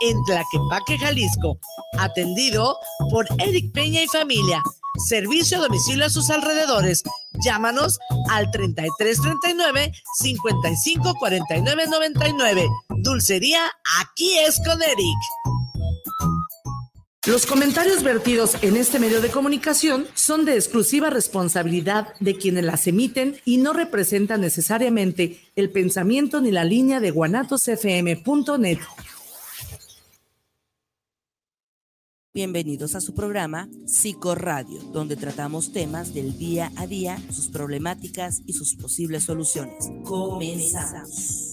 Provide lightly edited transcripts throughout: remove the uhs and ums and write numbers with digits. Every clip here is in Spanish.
en Tlaquepaque, Jalisco. Atendido por Eric Peña y familia. Servicio a domicilio a sus alrededores. Llámanos al 3339 55 49 99. Dulcería Aquí es con Eric. Los comentarios vertidos en este medio de comunicación son de exclusiva responsabilidad de quienes las emiten y no representan necesariamente el pensamiento ni la línea de guanatosfm.net. Bienvenidos a su programa Psicoradio, donde tratamos temas del día a día, sus problemáticas y sus posibles soluciones. Comenzamos.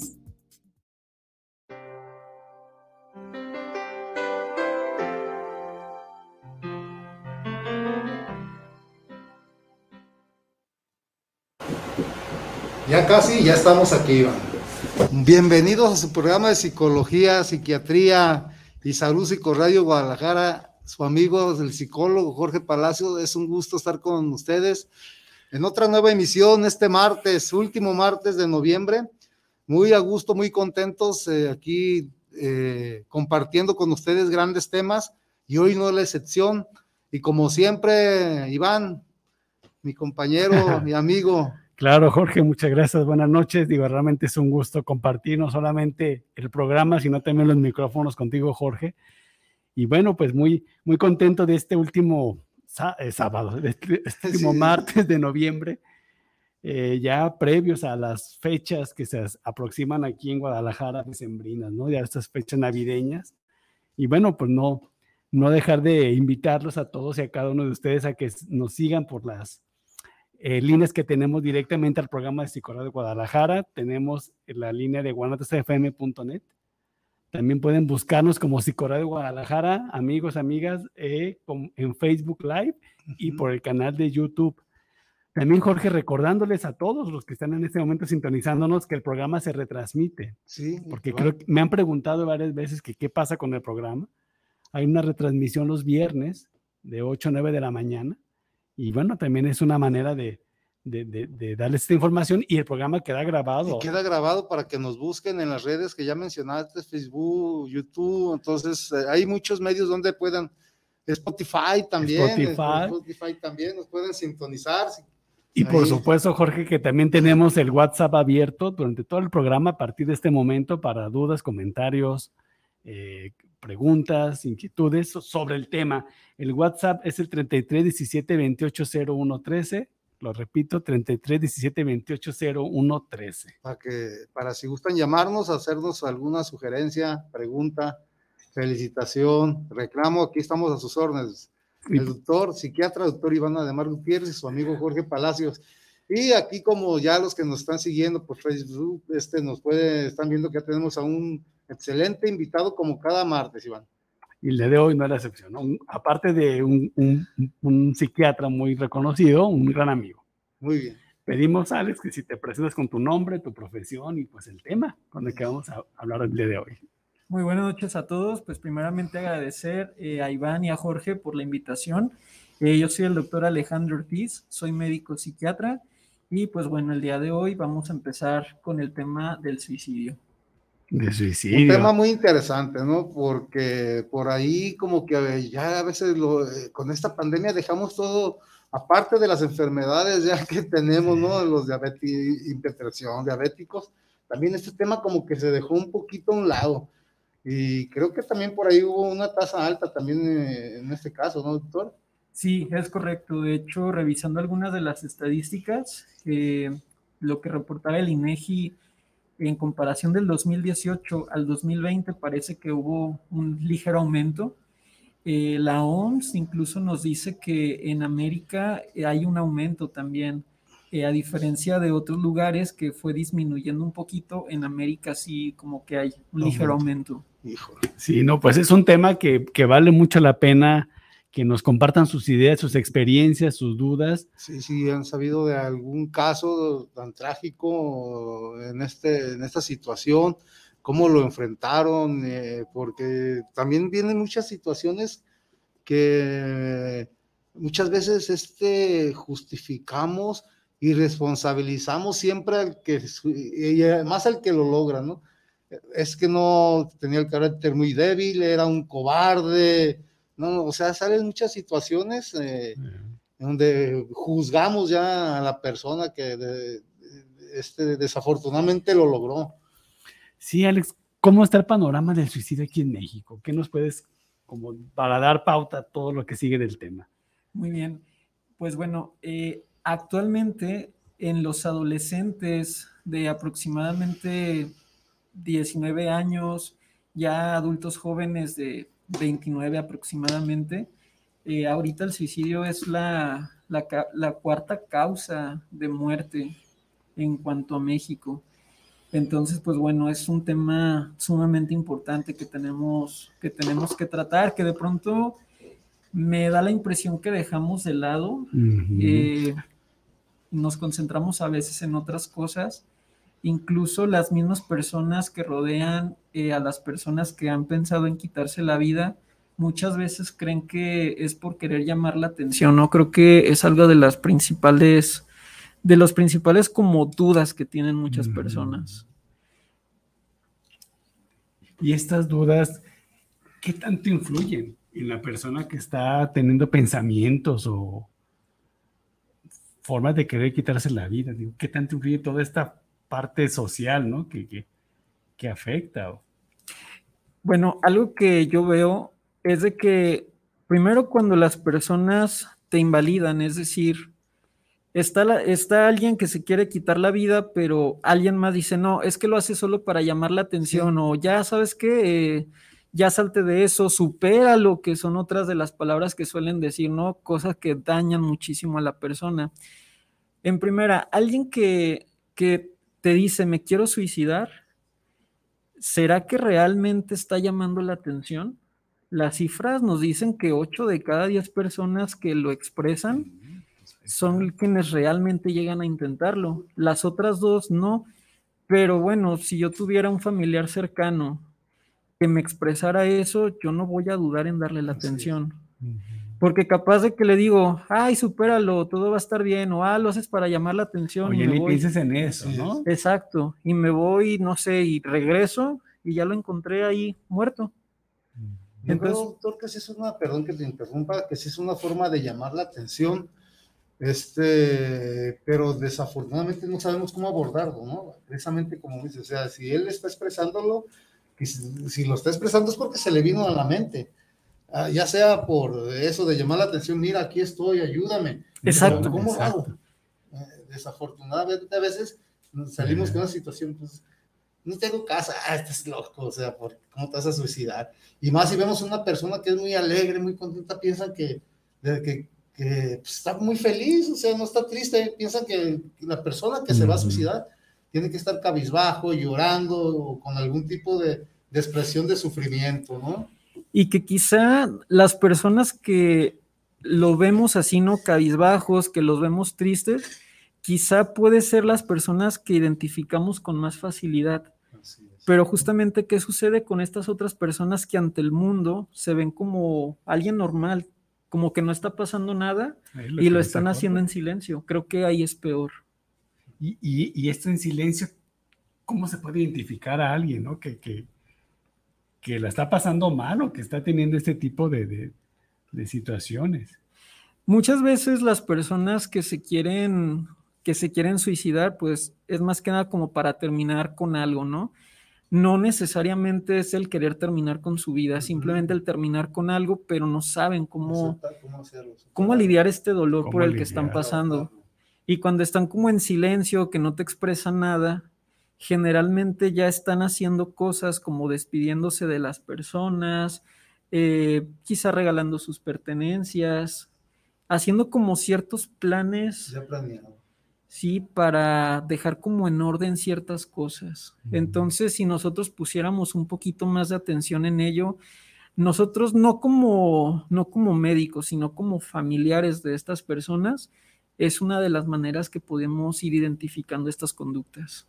Ya casi, ya estamos aquí, Iván. Bienvenidos a su programa de Psicología, Psiquiatría y Salud Psicoradio Guadalajara. Su amigo, el psicólogo Jorge Palacio. Es un gusto estar con ustedes en otra nueva emisión este martes, último martes de noviembre. Muy a gusto, muy contentos aquí compartiendo con ustedes grandes temas y hoy no es la excepción. Y como siempre, Iván, mi compañero, mi amigo. Claro, Jorge, muchas gracias, buenas noches. Digo, realmente es un gusto compartir no solamente el programa, sino también los micrófonos contigo, Jorge. Y bueno, pues muy contento de este último sábado, de este último martes de noviembre, ya previos a las fechas que se aproximan aquí en Guadalajara, decembrinas, ¿no? Ya estas fechas navideñas. Y bueno, pues no dejar de invitarlos a todos y a cada uno de ustedes a que nos sigan por las líneas que tenemos directamente al programa de Psicoradio de Guadalajara. Tenemos la línea de guanatosfm.net. También pueden buscarnos como Psicoradio de Guadalajara, amigos, amigas, en Facebook Live y por el canal de YouTube. También, Jorge, recordándoles a todos los que están en este momento sintonizándonos que el programa se retransmite. Sí. Porque creo que me han preguntado varias veces que qué pasa con el programa. Hay una retransmisión los viernes de 8 a 9 de la mañana. Y bueno, también es una manera de darles esta información y el programa queda grabado. Y queda grabado para que nos busquen en las redes que ya mencionaste, Facebook, YouTube. Entonces, hay muchos medios donde puedan, Spotify también nos pueden sintonizar. Y por supuesto, Jorge, que también tenemos el WhatsApp abierto durante todo el programa a partir de este momento para dudas, comentarios, preguntas, inquietudes sobre el tema. El WhatsApp es el 33 17 28 01 13. Lo repito, 33 17 28 01 13. Para si gustan llamarnos, hacernos alguna sugerencia, pregunta, felicitación, reclamo, aquí estamos a sus órdenes. El doctor Iván Ademar Gutiérrez y su amigo Jorge Palacios. Y aquí, como ya los que nos están siguiendo por Facebook, están viendo que ya tenemos a un excelente invitado como cada martes, Iván. Y el día de hoy no es la excepción, ¿no? Aparte de un psiquiatra muy reconocido, un gran amigo. Muy bien. Pedimos, Alex, que si te presentas con tu nombre, tu profesión y pues el tema con el que vamos a hablar el día de hoy. Muy buenas noches a todos. Pues primeramente agradecer a Iván y a Jorge por la invitación. Yo soy el doctor Alejandro Ortiz, soy médico psiquiatra y pues bueno, el día de hoy vamos a empezar con el tema del suicidio. De suicidio. Un tema muy interesante, ¿no? Porque por ahí como que ya a veces con esta pandemia dejamos todo, aparte de las enfermedades ya que tenemos, ¿no? Los hipertensión, diabéticos, también este tema como que se dejó un poquito a un lado. Y creo que también por ahí hubo una tasa alta también en este caso, ¿no, doctor? Sí, es correcto. De hecho, revisando algunas de las estadísticas, lo que reportaba el INEGI en comparación del 2018 al 2020 parece que hubo un ligero aumento. La OMS incluso nos dice que en América hay un aumento también, a diferencia de otros lugares que fue disminuyendo un poquito, en América sí como que hay un ligero aumento. Híjole. Sí, no, pues es un tema que vale mucho la pena que nos compartan sus ideas, sus experiencias, sus dudas. Sí, han sabido de algún caso tan trágico en esta situación, cómo lo enfrentaron, porque también vienen muchas situaciones que muchas veces justificamos y responsabilizamos siempre al que, y además al que lo logra, ¿no? es que no tenía el carácter muy débil, era un cobarde, no, o sea, salen muchas situaciones donde juzgamos ya a la persona que desafortunadamente lo logró. Sí, Alex, ¿cómo está el panorama del suicidio aquí en México? ¿Qué nos puedes, como para dar pauta a todo lo que sigue del tema? Muy bien, pues bueno, actualmente en los adolescentes de aproximadamente 19 años, ya adultos jóvenes de 29 aproximadamente, ahorita el suicidio es la cuarta causa de muerte en cuanto a México. Entonces, pues bueno, es un tema sumamente importante que tenemos que tratar, que de pronto me da la impresión que dejamos de lado. Nos concentramos a veces en otras cosas. Incluso las mismas personas que rodean a las personas que han pensado en quitarse la vida, muchas veces creen que es por querer llamar la atención, ¿no? Creo que es algo de los principales como dudas que tienen muchas personas. Y estas dudas, ¿qué tanto influyen en la persona que está teniendo pensamientos o formas de querer quitarse la vida? Digo, ¿qué tanto influye toda esta parte social, ¿no? que afecta? Bueno, algo que yo veo es de que primero cuando las personas te invalidan, es decir, está alguien que se quiere quitar la vida, pero alguien más dice, no, es que lo hace solo para llamar la atención, o ya sabes qué, ya salte de eso, supera lo que son otras de las palabras que suelen decir, ¿no? Cosas que dañan muchísimo a la persona. En primera, alguien que te dice, me quiero suicidar, ¿será que realmente está llamando la atención? Las cifras nos dicen que 8 de cada 10 personas que lo expresan son quienes realmente llegan a intentarlo. Las otras 2 no. Pero bueno, si yo tuviera un familiar cercano que me expresara eso, yo no voy a dudar en darle la atención. Porque capaz de que le digo, ay, supéralo, todo va a estar bien, o lo haces para llamar la atención. Oye, y me ni voy. pienses en eso, ¿no? Exacto, y me voy, no sé, y regreso, y ya lo encontré ahí muerto. Yo creo, doctor, que sí es perdón que te interrumpa, que sí es una forma de llamar la atención, pero desafortunadamente no sabemos cómo abordarlo, ¿no? Precisamente como dice, o sea, si él está expresándolo, si lo está expresando es porque se le vino a la mente, ya sea por eso de llamar la atención, mira, aquí estoy, ayúdame. Exacto. ¿Cómo lo hago? Desafortunadamente a veces salimos con una situación, pues, no tengo casa, estás loco, o sea, ¿cómo te vas a suicidar? Y más si vemos una persona que es muy alegre, muy contenta, piensan que pues, está muy feliz, o sea, no está triste, piensan que la persona que se va a suicidar tiene que estar cabizbajo, llorando, o con algún tipo de expresión de sufrimiento, ¿no? Y que quizá las personas que lo vemos así, ¿no? Cabizbajos, que los vemos tristes, quizá puede ser las personas que identificamos con más facilidad. Pero justamente, ¿qué sucede con estas otras personas que ante el mundo se ven como alguien normal, como que no está pasando nada y lo están haciendo en silencio? Creo que ahí es peor. Y esto en silencio, ¿cómo se puede identificar a alguien, ¿no? que la está pasando mal o que está teniendo este tipo de situaciones? Muchas veces las personas que se quieren suicidar, pues es más que nada como para terminar con algo, ¿no? No necesariamente es el querer terminar con su vida, simplemente el terminar con algo, pero no saben cómo aliviar este dolor por el que están pasando. Y cuando están como en silencio, que no te expresan nada, generalmente ya están haciendo cosas como despidiéndose de las personas, quizá regalando sus pertenencias, haciendo como ciertos planes. Ya planeado. Sí, para dejar como en orden ciertas cosas. Entonces, si nosotros pusiéramos un poquito más de atención en ello, nosotros no como médicos, sino como familiares de estas personas, es una de las maneras que podemos ir identificando estas conductas.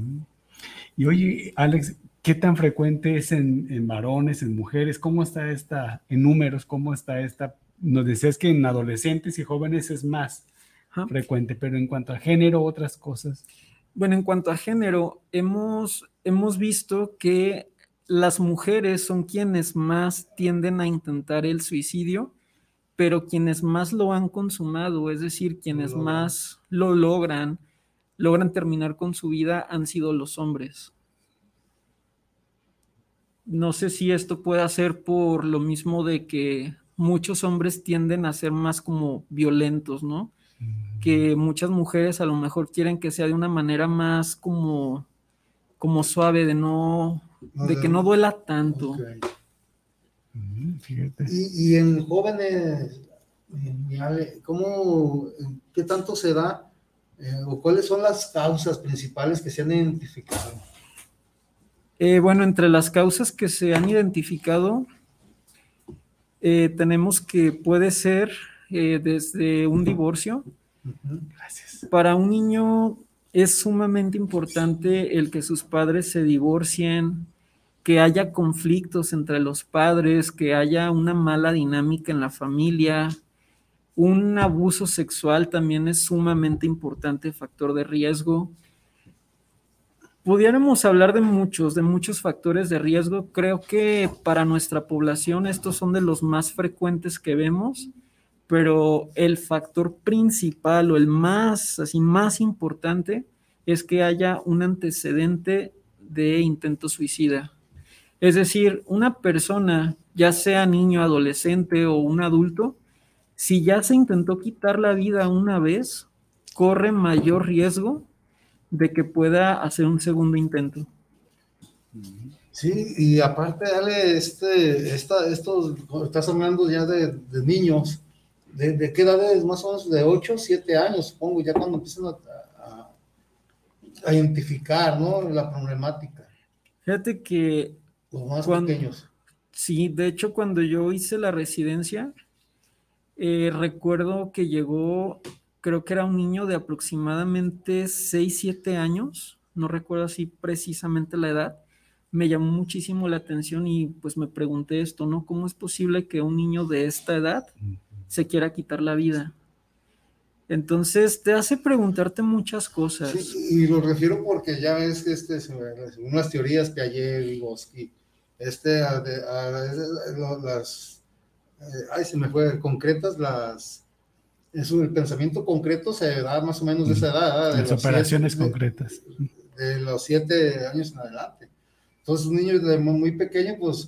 Y oye, Alex, ¿qué tan frecuente es en varones, en mujeres? ¿Cómo está en números? ¿Cómo está esta? Nos decías que en adolescentes y jóvenes es más frecuente, pero en cuanto a género, otras cosas. Bueno, en cuanto a género, hemos visto que las mujeres son quienes más tienden a intentar el suicidio, pero quienes más lo han consumado, es decir, quienes más lo logran terminar con su vida, han sido los hombres. No sé si esto puede ser por lo mismo de que muchos hombres tienden a ser más como violentos, ¿no? Que muchas mujeres a lo mejor quieren que sea de una manera más como suave, de que no duela tanto. Okay. Fíjate. Y en jóvenes, qué tanto se da o cuáles son las causas principales que se han identificado? Bueno, entre las causas que se han identificado, tenemos que puede ser desde un divorcio. Gracias. Para un niño es sumamente importante el que sus padres se divorcien, que haya conflictos entre los padres, que haya una mala dinámica en la familia. Un abuso sexual también es sumamente importante, factor de riesgo. Pudiéramos hablar de muchos factores de riesgo. Creo que para nuestra población estos son de los más frecuentes que vemos, pero el factor principal o el más importante es que haya un antecedente de intento suicida. Es decir, una persona, ya sea niño, adolescente o un adulto, si ya se intentó quitar la vida una vez, corre mayor riesgo de que pueda hacer un segundo intento. Sí, y aparte, dale, estás hablando ya de niños, ¿de qué edades? Más o menos de 8, 7 años, supongo, ya cuando empiezan a identificar, ¿no? La problemática. Fíjate que Los más pequeños. Sí, de hecho, cuando yo hice la residencia, recuerdo que llegó, creo que era un niño de aproximadamente 6, 7 años, no recuerdo así precisamente la edad. Me llamó muchísimo la atención y pues me pregunté esto, ¿no? ¿Cómo es posible que un niño de esta edad se quiera quitar la vida? Entonces te hace preguntarte muchas cosas. Sí, y lo refiero porque ya ves que según las teorías que ayer Vygotsky, se me fue, concretas, el pensamiento concreto se da más o menos de esa edad. Las operaciones concretas. De los 7 años en adelante. Entonces, un niño muy pequeño, pues,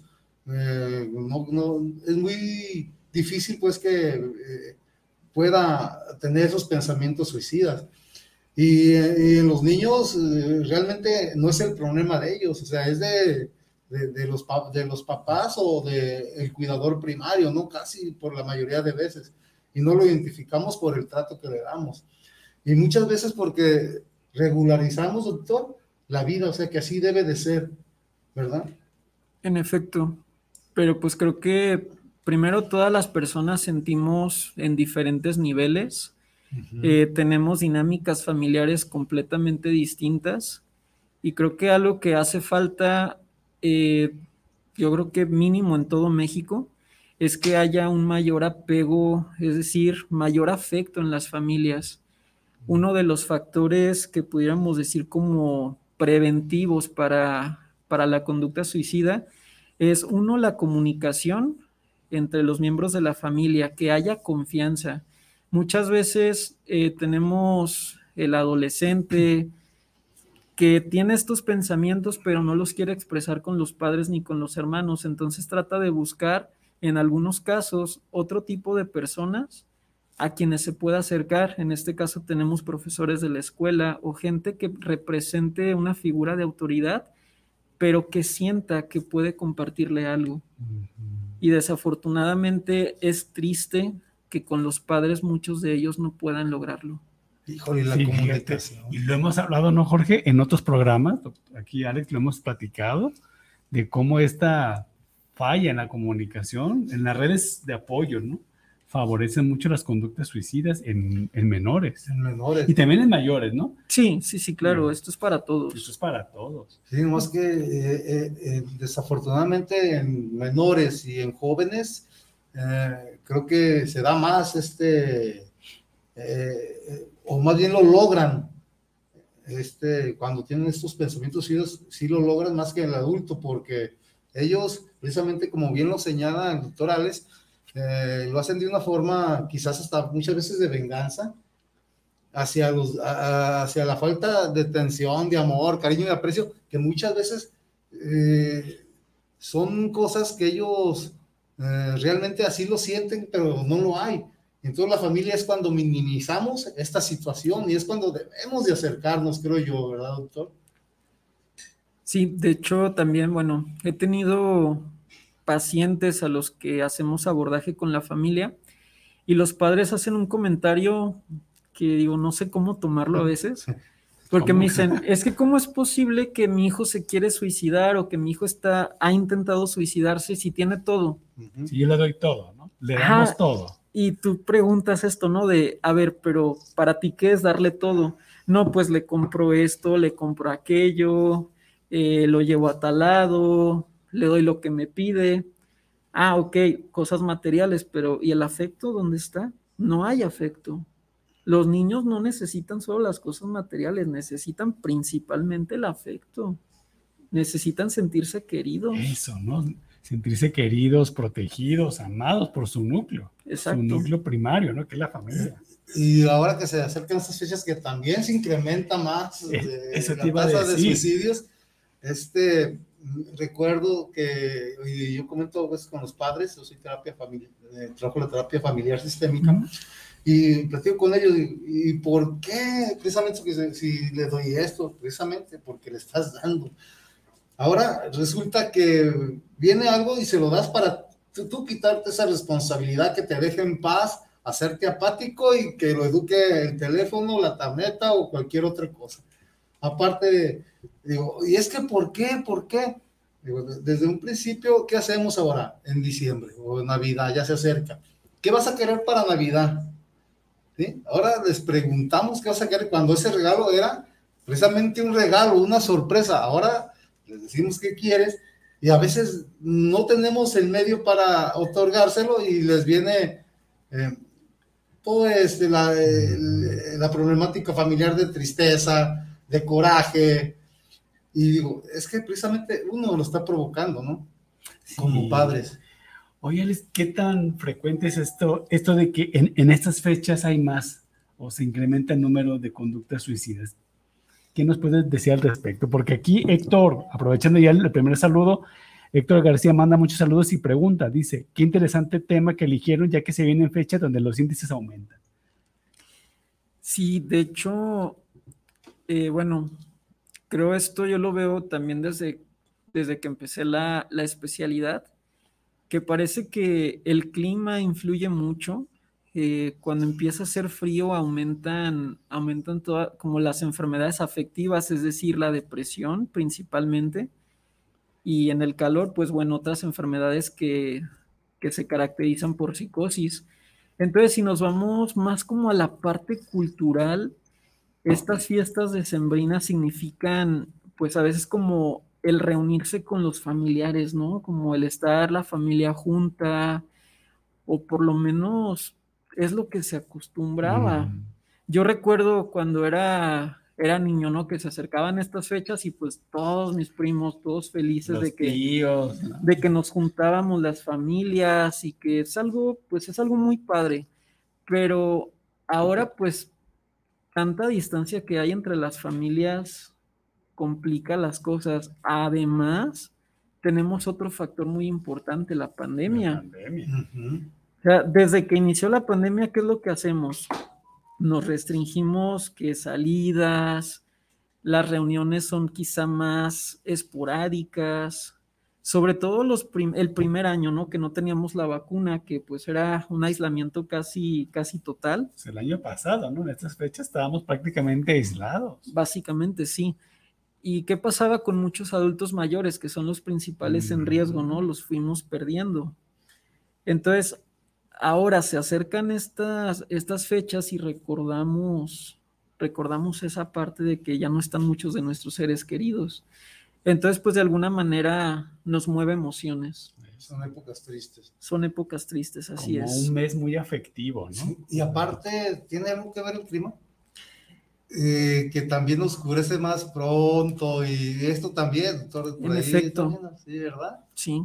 es muy difícil, pues, que pueda tener esos pensamientos suicidas. Y en los niños, realmente no es el problema de ellos, o sea, es de los papás o del cuidador primario, ¿no? Casi por la mayoría de veces. Y no lo identificamos por el trato que le damos. Y muchas veces porque regularizamos, doctor, la vida, o sea, que así debe de ser, ¿verdad? En efecto, pero pues creo que primero todas las personas sentimos en diferentes niveles. Tenemos dinámicas familiares completamente distintas y creo que algo que hace falta, yo creo que mínimo en todo México, es que haya un mayor apego, es decir, mayor afecto en las familias. Uno de los factores que pudiéramos decir como preventivos para la conducta suicida es uno, la comunicación entre los miembros de la familia, que haya confianza. Muchas veces tenemos el adolescente que tiene estos pensamientos, pero no los quiere expresar con los padres ni con los hermanos. Entonces trata de buscar, en algunos casos, otro tipo de personas a quienes se pueda acercar. En este caso tenemos profesores de la escuela o gente que represente una figura de autoridad, pero que sienta que puede compartirle algo. Y desafortunadamente es triste que con los padres muchos de ellos no puedan lograrlo. Híjole, la comunicación. Y lo hemos hablado, ¿no, Jorge? En otros programas, aquí Alex, lo hemos platicado, de cómo esta falla en la comunicación, en las redes de apoyo, ¿no? Favorecen mucho las conductas suicidas en menores. En menores. Y también en mayores, ¿no? Sí, claro, esto es para todos. Esto es para todos. Sí, más que desafortunadamente en menores y en jóvenes, creo que se da más o más bien lo logran cuando tienen estos pensamientos, sí lo logran más que el adulto, porque ellos, precisamente como bien lo señala el doctor Alex, lo hacen de una forma quizás hasta muchas veces de venganza hacia la falta de atención, de amor, cariño y aprecio, que muchas veces son cosas que ellos realmente así lo sienten, pero no lo hay. Entonces la familia es cuando minimizamos esta situación y es cuando debemos de acercarnos, creo yo, ¿verdad, doctor? Sí, de hecho también, bueno, he tenido pacientes a los que hacemos abordaje con la familia y los padres hacen un comentario que digo, no sé cómo tomarlo a veces, porque me dicen, es que ¿cómo es posible que mi hijo se quiere suicidar o que mi hijo ha intentado suicidarse si tiene todo? Sí, yo le doy todo, ¿no? Le damos todo. Y tú preguntas esto, ¿no? De, a ver, pero ¿para ti qué es darle todo? No, pues le compro esto, le compro aquello, lo llevo a tal lado, le doy lo que me pide. Ah, ok, cosas materiales, pero ¿y el afecto dónde está? No hay afecto. Los niños no necesitan solo las cosas materiales, necesitan principalmente el afecto. Necesitan sentirse queridos. Eso, ¿no? Sentirse queridos, protegidos, amados por su núcleo. Exacto. Su núcleo primario, ¿no? Que es la familia. Y ahora que se acercan estas fechas que también se incrementa más la tasa de suicidios, recuerdo que, y yo comento a veces con los padres, yo soy trabajo la terapia familiar sistémica, y platico con ellos, y ¿por qué? Precisamente si le doy esto, precisamente porque le estás dando. Ahora resulta que viene algo y se lo das para tú quitarte esa responsabilidad, que te deje en paz, hacerte apático y que lo eduque el teléfono, la tableta o cualquier otra cosa. Aparte, digo, ¿y es que por qué? ¿Por qué? Digo, desde un principio, ¿qué hacemos ahora en diciembre o en Navidad? Ya se acerca. ¿Qué vas a querer para Navidad? ¿Sí? Ahora les preguntamos qué vas a querer cuando ese regalo era precisamente un regalo, una sorpresa. Ahora les decimos qué quieres y a veces no tenemos el medio para otorgárselo y les viene toda la problemática familiar de tristeza, de coraje, y digo, es que precisamente uno lo está provocando, ¿no? Sí. Como padres. Oye, Alex, ¿qué tan frecuente es esto de que en estas fechas hay más o se incrementa el número de conductas suicidas? ¿Qué nos puedes decir al respecto? Porque aquí Héctor, aprovechando ya el primer saludo, Héctor García manda muchos saludos y pregunta, dice, qué interesante tema que eligieron ya que se viene en fecha donde los índices aumentan. Sí, de hecho, bueno, creo esto yo lo veo también desde que empecé la especialidad, que parece que el clima influye mucho. Cuando empieza a hacer frío aumentan todas como las enfermedades afectivas, es decir, la depresión principalmente, y en el calor, pues bueno, otras enfermedades que se caracterizan por psicosis. Entonces, si nos vamos más como a la parte cultural, estas fiestas decembrinas significan, pues a veces como el reunirse con los familiares, ¿no? Como el estar la familia junta, o por lo menos es lo que se acostumbraba. Yo recuerdo cuando era niño, ¿no? Que se acercaban estas fechas y pues todos mis primos, todos felices de que nos juntábamos las familias y que es algo muy padre. Pero ahora pues tanta distancia que hay entre las familias complica las cosas. Además, tenemos otro factor muy importante, la pandemia. O sea, desde que inició la pandemia, ¿qué es lo que hacemos? Nos restringimos que salidas, las reuniones son quizá más esporádicas, sobre todo el primer año, ¿no? Que no teníamos la vacuna, que pues era un aislamiento casi total. Pues el año pasado, ¿no? En estas fechas estábamos prácticamente aislados. Básicamente, sí. ¿Y qué pasaba con muchos adultos mayores, que son los principales en riesgo, ¿no? Los fuimos perdiendo. Entonces, ahora se acercan estas fechas y recordamos esa parte de que ya no están muchos de nuestros seres queridos. Entonces, pues de alguna manera nos mueve emociones. Son épocas tristes. Son épocas tristes, así es. Como un mes muy afectivo, ¿no? Sí. Y aparte, ¿tiene algo que ver el clima? que también oscurece más pronto, y esto también, doctor, por En ahí efecto. también, sí, ¿verdad? Sí.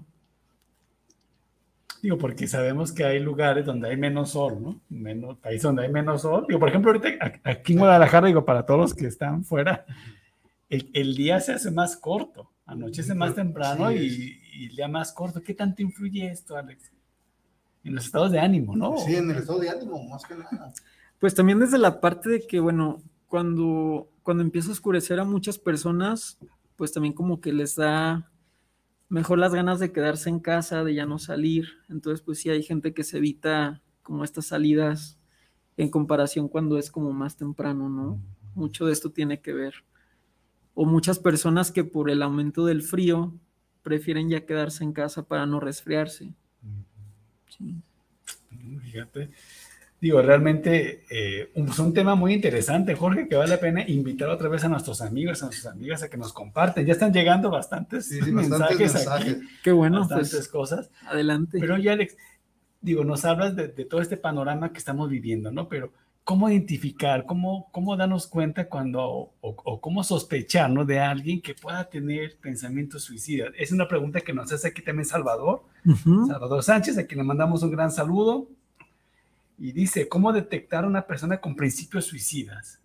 Digo, porque sabemos que hay lugares donde hay menos sol, ¿no? Países donde hay menos sol. Digo, por ejemplo, ahorita aquí en Guadalajara, digo, para todos los que están fuera, el día se hace más corto, anochece más temprano y el día más corto. ¿Qué tanto influye esto, Alex? En los estados de ánimo, ¿no? Sí, en el estado de ánimo, más que nada. Pues también desde la parte de que, bueno, cuando empieza a oscurecer a muchas personas, pues también como que les da mejor las ganas de quedarse en casa, de ya no salir. Entonces, pues sí hay gente que se evita como estas salidas en comparación cuando es como más temprano, ¿no? Mucho de esto tiene que ver. O muchas personas que por el aumento del frío prefieren ya quedarse en casa para no resfriarse. Sí. Fíjate. Digo, realmente es un tema muy interesante, Jorge, que vale la pena invitar otra vez a nuestros amigos, a nuestras amigas a que nos comparten. Ya están llegando bastantes mensajes aquí. Qué bueno, bastantes pues, cosas. Adelante. Pero ya, Alex, digo, nos hablas de todo este panorama que estamos viviendo, ¿no? Pero ¿cómo identificar, cómo darnos cuenta cuando, o cómo sospechar, ¿no? De alguien que pueda tener pensamientos suicidas? Es una pregunta que nos hace aquí también Salvador, Salvador Sánchez, a quien le mandamos un gran saludo. Y dice, ¿cómo detectar a una persona con principios suicidas?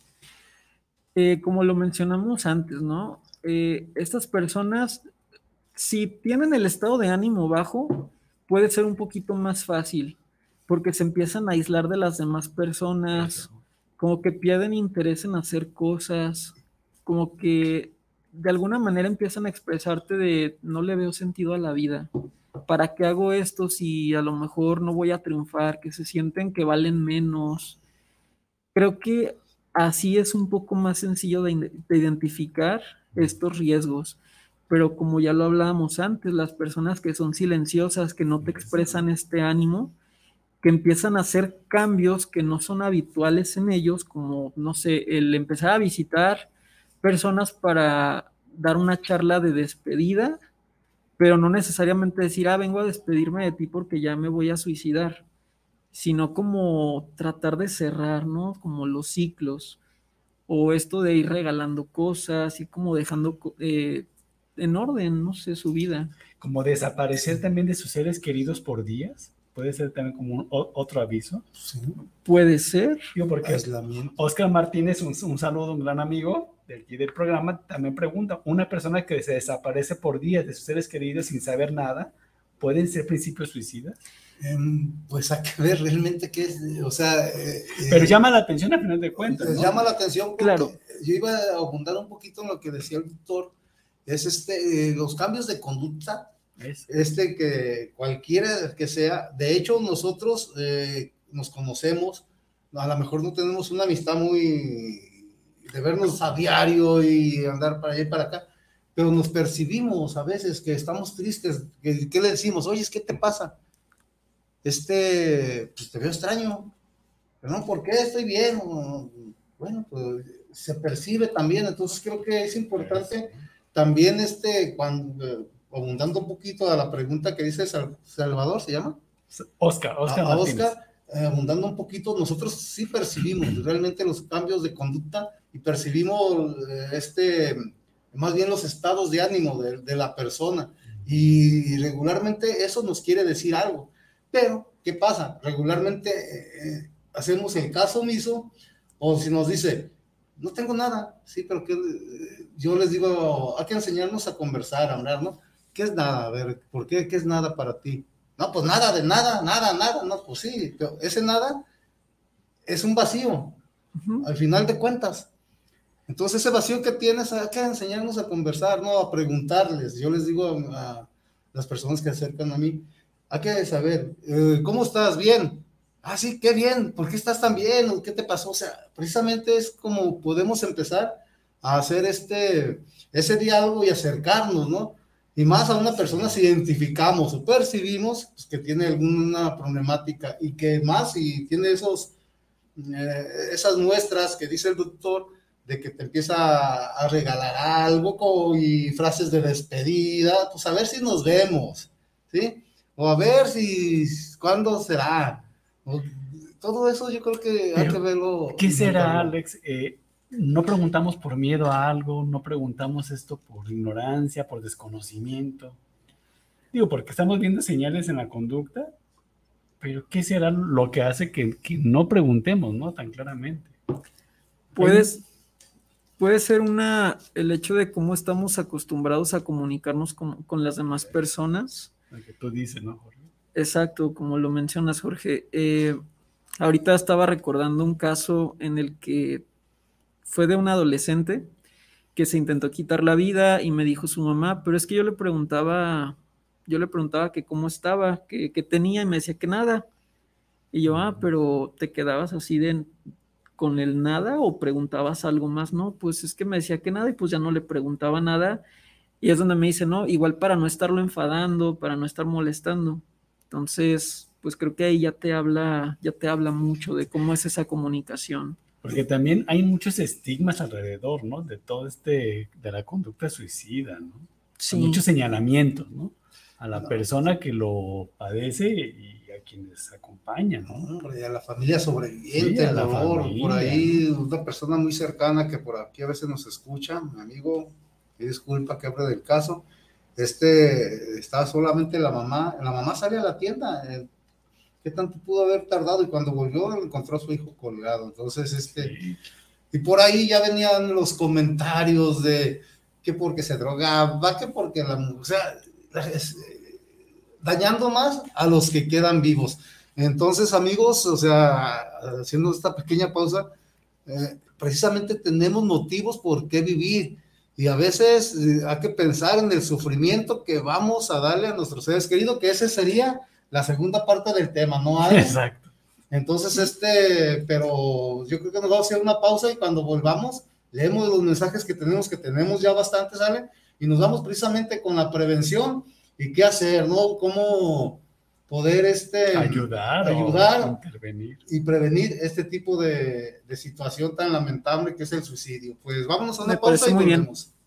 Como lo mencionamos antes, ¿no? Estas personas, si tienen el estado de ánimo bajo, puede ser un poquito más fácil, porque se empiezan a aislar de las demás personas, como que pierden interés en hacer cosas, como que de alguna manera empiezan a expresarte de no le veo sentido a la vida. ¿Para qué hago esto si a lo mejor no voy a triunfar? Que se sienten que valen menos. Creo que así es un poco más sencillo de identificar estos riesgos. Pero como ya lo hablábamos antes, las personas que son silenciosas, que no te expresan este ánimo, que empiezan a hacer cambios que no son habituales en ellos, como, no sé, el empezar a visitar personas para dar una charla de despedida, pero no necesariamente decir, vengo a despedirme de ti porque ya me voy a suicidar, sino como tratar de cerrar, ¿no? Como los ciclos, o esto de ir regalando cosas y como dejando en orden, no sé, su vida. Como desaparecer también de sus seres queridos por días, puede ser también como otro aviso. Sí. Puede ser. Yo porque Oscar Martínez, un saludo, un gran amigo del programa, también pregunta, una persona que se desaparece por días de sus seres queridos sin saber nada, ¿pueden ser principios suicidas? Pues hay que ver realmente qué es, o sea... pero llama la atención a final de cuentas, ¿no? Llama la atención porque claro. Yo iba a abundar un poquito en lo que decía el doctor, es los cambios de conducta, que cualquiera que sea, de hecho nosotros nos conocemos, a lo mejor no tenemos una amistad muy de vernos a diario y andar para allá y para acá, pero nos percibimos a veces que estamos tristes, ¿qué le decimos? Oye, ¿qué te pasa? Pues te veo extraño, pero no, ¿por qué? Estoy bien, bueno, pues se percibe también, entonces creo que es importante también cuando, abundando un poquito a la pregunta que dice Salvador, ¿se llama? Oscar Martínez. Abundando un poquito, nosotros sí percibimos realmente los cambios de conducta y percibimos más bien los estados de ánimo de la persona, y regularmente eso nos quiere decir algo, pero ¿qué pasa? Regularmente hacemos el caso omiso, o si nos dice, no tengo nada, sí, pero yo les digo, hay que enseñarnos a conversar, a hablar, ¿no? ¿Qué es nada? A ver, ¿por qué? ¿Qué es nada para ti? No, pues nada, de nada, no, pues sí, pero ese nada es un vacío, al final de cuentas. Entonces ese vacío que tienes, hay que enseñarnos a conversar, ¿no? A preguntarles. Yo les digo a las personas que se acercan a mí, hay que saber, ¿cómo estás? ¿Bien? Sí, qué bien, ¿por qué estás tan bien? ¿Qué te pasó? O sea, precisamente es como podemos empezar a hacer ese diálogo y acercarnos, ¿no? Y más a una persona si identificamos o percibimos pues, que tiene alguna problemática, y que más si tiene esas muestras que dice el doctor, de que te empieza a regalar algo y frases de despedida, pues a ver si nos vemos, ¿sí? O a ver cuándo será, todo eso yo creo que hay que verlo. ¿Qué será, Alex? No preguntamos por miedo a algo, no preguntamos esto por ignorancia, por desconocimiento. Digo, porque estamos viendo señales en la conducta, pero ¿qué será lo que hace que no preguntemos, ¿no? Tan claramente. Puede ser el hecho de cómo estamos acostumbrados a comunicarnos con las demás personas. Lo que tú dices, ¿no, Jorge? Exacto, como lo mencionas, Jorge. Ahorita estaba recordando un caso en el que fue de un adolescente que se intentó quitar la vida y me dijo su mamá, pero es que yo le preguntaba que cómo estaba, que tenía, y me decía que nada. Y yo, pero ¿te quedabas así con el nada o preguntabas algo más? No, pues es que me decía que nada y pues ya no le preguntaba nada. Y es donde me dice, no, igual para no estarlo enfadando, para no estar molestando. Entonces, pues creo que ahí ya te habla mucho de cómo es esa comunicación. Porque también hay muchos estigmas alrededor, ¿no? De todo de la conducta suicida, ¿no? Sí. Hay muchos señalamientos, ¿no? A la persona que lo padece y a quienes acompañan, ¿no? Y a la familia sobreviviente, sí, a la familia, por ahí, ¿no? Una persona muy cercana que por aquí a veces nos escucha, mi amigo, y disculpa que hable del caso, estaba solamente la mamá sale a la tienda, ¿qué tanto pudo haber tardado? Y cuando volvió encontró a su hijo colgado. Entonces, Sí. Y por ahí ya venían los comentarios de que porque se drogaba, que porque o sea, dañando más a los que quedan vivos. Entonces, amigos, o sea, haciendo esta pequeña pausa, precisamente tenemos motivos por qué vivir. Y a veces hay que pensar en el sufrimiento que vamos a darle a nuestros seres queridos, que ese sería la segunda parte del tema, ¿no? ¿Ale? Exacto. Entonces, pero yo creo que nos vamos a hacer una pausa y cuando volvamos, leemos los mensajes que tenemos ya bastantes, ¿sale? Y nos vamos precisamente con la prevención y qué hacer, ¿no? Cómo poder ayudar intervenir y prevenir este tipo de situación tan lamentable que es el suicidio. Pues vámonos a una pausa y volvemos. Bien.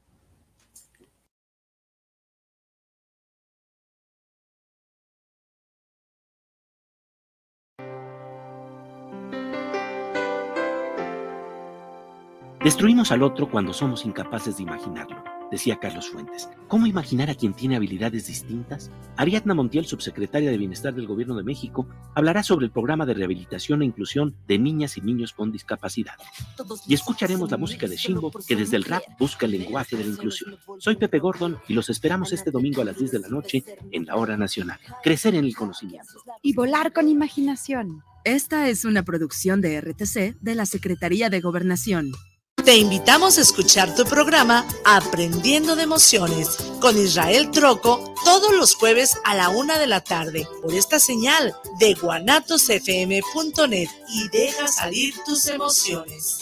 Destruimos al otro cuando somos incapaces de imaginarlo, decía Carlos Fuentes. ¿Cómo imaginar a quien tiene habilidades distintas? Ariadna Montiel, subsecretaria de Bienestar del Gobierno de México, hablará sobre el programa de rehabilitación e inclusión de niñas y niños con discapacidad. Y escucharemos la música de Shimbo, que desde el rap busca el lenguaje de la inclusión. Soy Pepe Gordon y los esperamos este domingo a las 10 de la noche en la Hora Nacional. Crecer en el conocimiento. Y volar con imaginación. Esta es una producción de RTC de la Secretaría de Gobernación. Te invitamos a escuchar tu programa Aprendiendo de Emociones con Israel Troco todos los jueves a la 1:00 p.m. por esta señal de guanatosfm.net y deja salir tus emociones.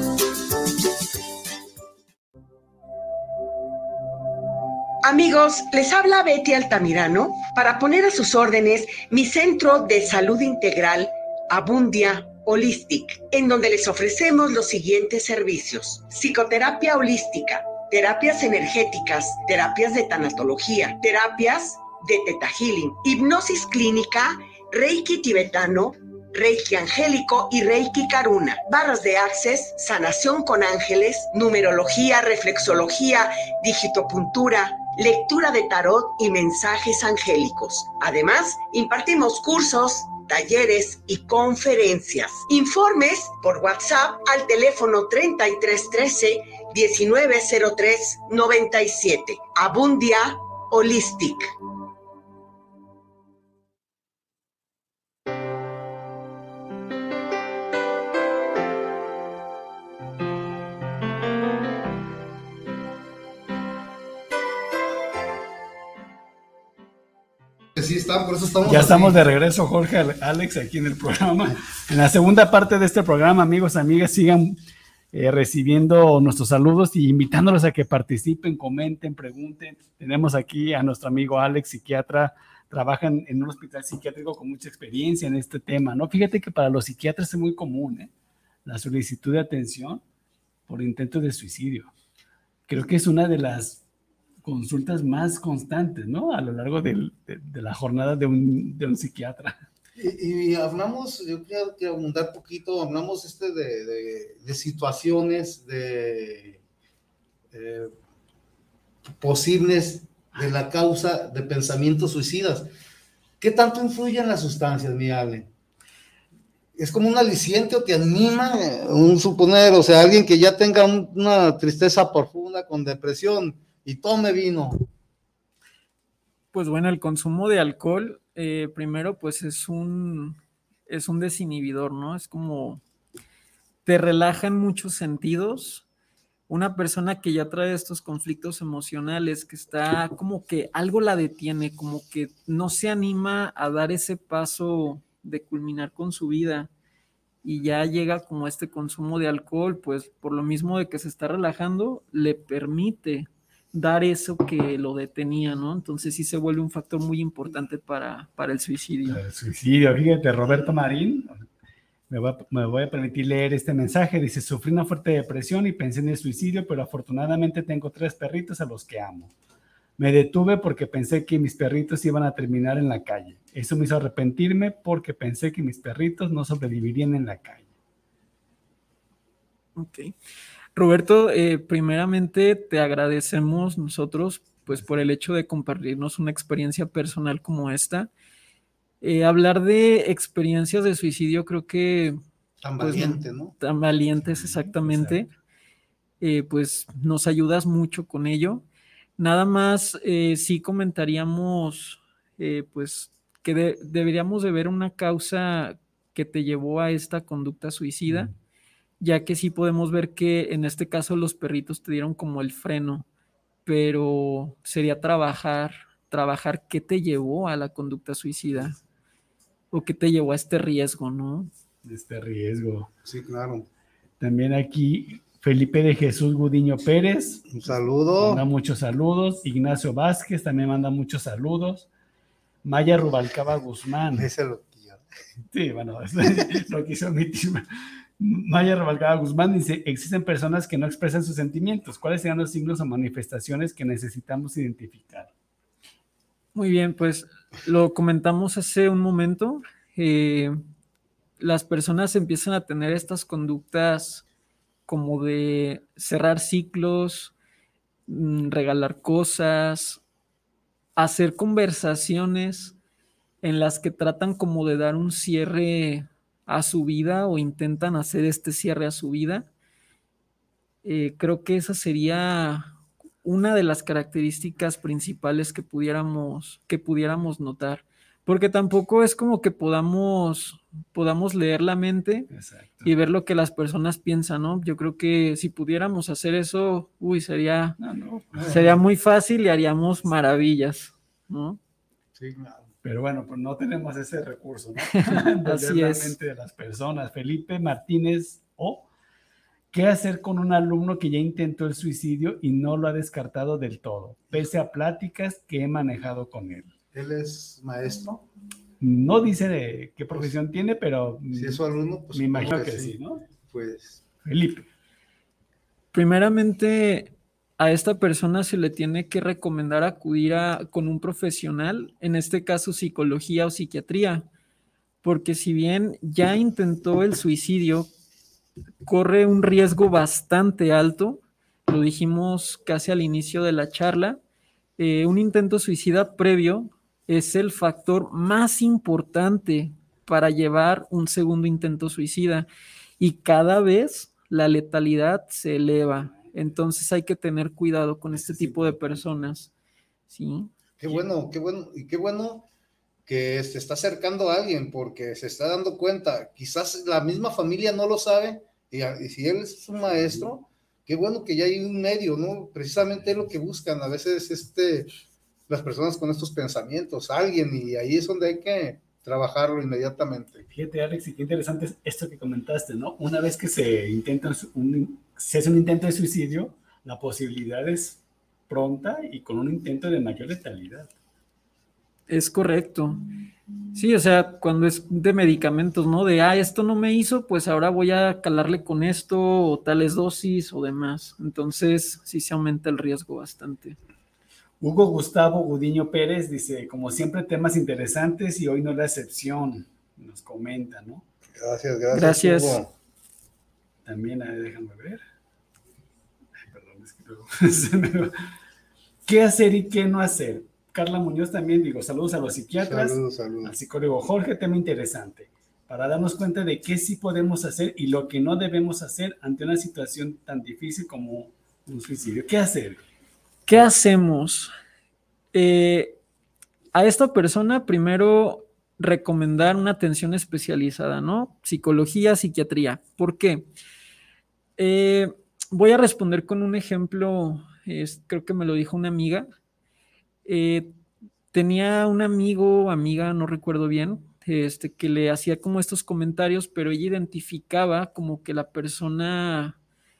Amigos, les habla Betty Altamirano para poner a sus órdenes mi centro de salud integral Abundia Holistic, en donde les ofrecemos los siguientes servicios: psicoterapia holística, terapias energéticas, terapias de tanatología, terapias de Theta Healing, hipnosis clínica, Reiki tibetano, Reiki angélico y Reiki Karuna, barras de access, sanación con ángeles, numerología, reflexología, digitopuntura, lectura de tarot y mensajes angélicos. Además, impartimos cursos, talleres y conferencias. Informes por WhatsApp al teléfono 3313 1903 97. Abundia Holistic. Sí, por eso estamos ya así. Estamos de regreso, Jorge, Alex, aquí en el programa. En la segunda parte de este programa, amigos, amigas, sigan recibiendo nuestros saludos y invitándolos a que participen, comenten, pregunten. Tenemos aquí a nuestro amigo Alex, psiquiatra, trabaja en un hospital psiquiátrico con mucha experiencia en este tema, ¿no? Fíjate que para los psiquiatras es muy común, la solicitud de atención por intentos de suicidio. Creo que es una de las consultas más constantes, ¿no? A lo largo de la jornada de un psiquiatra. Y hablamos, yo creo que abundar poquito, hablamos de situaciones posibles de la causa de pensamientos suicidas. ¿Qué tanto influyen las sustancias, mi Ale? ¿Es como un aliciente o te anima? Suponer, o sea, alguien que ya tenga una tristeza profunda con depresión y tome vino. Pues bueno, el consumo de alcohol, primero, pues es un desinhibidor, ¿no? Es como, te relaja en muchos sentidos. Una persona que ya trae estos conflictos emocionales, que está como que algo la detiene, como que no se anima a dar ese paso de culminar con su vida y ya llega como este consumo de alcohol, pues por lo mismo de que se está relajando, le permite dar eso que lo detenía, ¿no? Entonces sí se vuelve un factor muy importante para el suicidio. El suicidio, fíjate, Roberto Marín, me voy a permitir leer este mensaje. Dice: sufrí una fuerte depresión y pensé en el suicidio, pero afortunadamente tengo 3 perritos a los que amo. Me detuve porque pensé que mis perritos iban a terminar en la calle. Eso me hizo arrepentirme porque pensé que mis perritos no sobrevivirían en la calle. Ok. Roberto, primeramente te agradecemos nosotros pues por el hecho de compartirnos una experiencia personal como esta. Hablar de experiencias de suicidio creo que... Tan valiente, ¿no? Tan valientes, exactamente. Pues nos ayudas mucho con ello. Nada más sí comentaríamos pues que deberíamos de ver una causa que te llevó a esta conducta suicida, ya que sí podemos ver que en este caso los perritos te dieron como el freno, pero sería trabajar qué te llevó a la conducta suicida o qué te llevó a este riesgo, ¿no? Este riesgo. Sí, claro. También aquí Felipe de Jesús Gudiño Pérez. Un saludo. Manda muchos saludos. Ignacio Vázquez también manda muchos saludos. Maya Rubalcaba Guzmán. Ese lo quiero. Sí, bueno, lo quiso omitir. Maya Rubalcaba Guzmán dice: existen personas que no expresan sus sentimientos. ¿Cuáles serían los signos o manifestaciones que necesitamos identificar? Muy bien, pues lo comentamos hace un momento. Las personas empiezan a tener estas conductas como de cerrar ciclos, regalar cosas, hacer conversaciones en las que tratan como de dar un cierre a su vida o intentan hacer este cierre a su vida. Creo que esa sería una de las características principales que pudiéramos notar, porque tampoco es como que podamos leer la mente. Exacto. Y ver lo que las personas piensan, ¿no? Yo creo que si pudiéramos hacer eso, sería muy fácil y haríamos maravillas, ¿no? Sí, claro. Pero bueno, pues no tenemos ese recurso, ¿no? Así es. La mente de las personas. Felipe Martínez ¿qué hacer con un alumno que ya intentó el suicidio y no lo ha descartado del todo, pese a pláticas que he manejado con él? ¿Él es maestro? No dice de qué profesión tiene, pero si es su alumno, pues me imagino que sí, ¿no? Pues Felipe. Primeramente, a esta persona se le tiene que recomendar acudir con un profesional, en este caso psicología o psiquiatría, porque si bien ya intentó el suicidio, corre un riesgo bastante alto, lo dijimos casi al inicio de la charla. Un intento suicida previo es el factor más importante para llevar un segundo intento suicida y cada vez la letalidad se eleva. Entonces hay que tener cuidado con este tipo de personas. ¿Sí? Qué bueno que se está acercando a alguien porque se está dando cuenta. Quizás la misma familia no lo sabe y si él es un maestro, qué bueno que ya hay un medio, ¿no? Precisamente es lo que buscan a veces las personas con estos pensamientos, alguien, y ahí es donde hay que trabajarlo inmediatamente. Fíjate, Alex, y qué interesante es esto que comentaste, ¿no? Una vez que se hace un intento de suicidio, la posibilidad es pronta y con un intento de mayor letalidad. Es correcto. Sí, o sea, cuando es de medicamentos, ¿no? De, esto no me hizo, pues ahora voy a calarle con esto, o tales dosis, o demás. Entonces, sí se aumenta el riesgo bastante. Hugo Gustavo Gudiño Pérez dice: como siempre, temas interesantes y hoy no es la excepción. nos comenta, ¿no? Gracias. Hugo. También, déjame ver. Ay, perdón, es que luego ¿qué hacer y qué no hacer? Carla Muñoz también, saludos a los psiquiatras, saludos. al psicólogo Jorge, tema interesante, para darnos cuenta de qué sí podemos hacer y lo que no debemos hacer ante una situación tan difícil como un suicidio. ¿Qué hacer? ¿Qué hacemos? A esta persona primero recomendar una atención especializada, ¿no? Psicología, psiquiatría. ¿Por qué? Voy a responder con un ejemplo, creo que me lo dijo una amiga. Tenía un amigo, amiga, no recuerdo bien, que le hacía como estos comentarios, pero ella identificaba como que la persona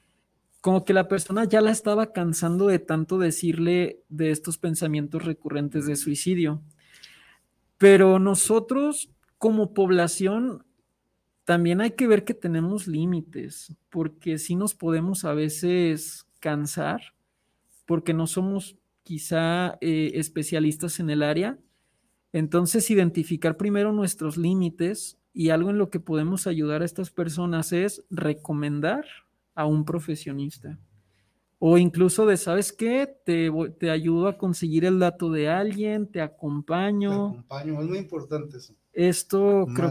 ya la estaba cansando de tanto decirle de estos pensamientos recurrentes de suicidio. Pero nosotros, como población, también hay que ver que tenemos límites, porque sí nos podemos a veces cansar, porque no somos quizá especialistas en el área. Entonces, identificar primero nuestros límites, y algo en lo que podemos ayudar a estas personas es recomendar a un profesionista. O incluso ¿Sabes qué? Te ayudo a conseguir el dato de alguien, te acompaño. Es muy importante eso. Esto creo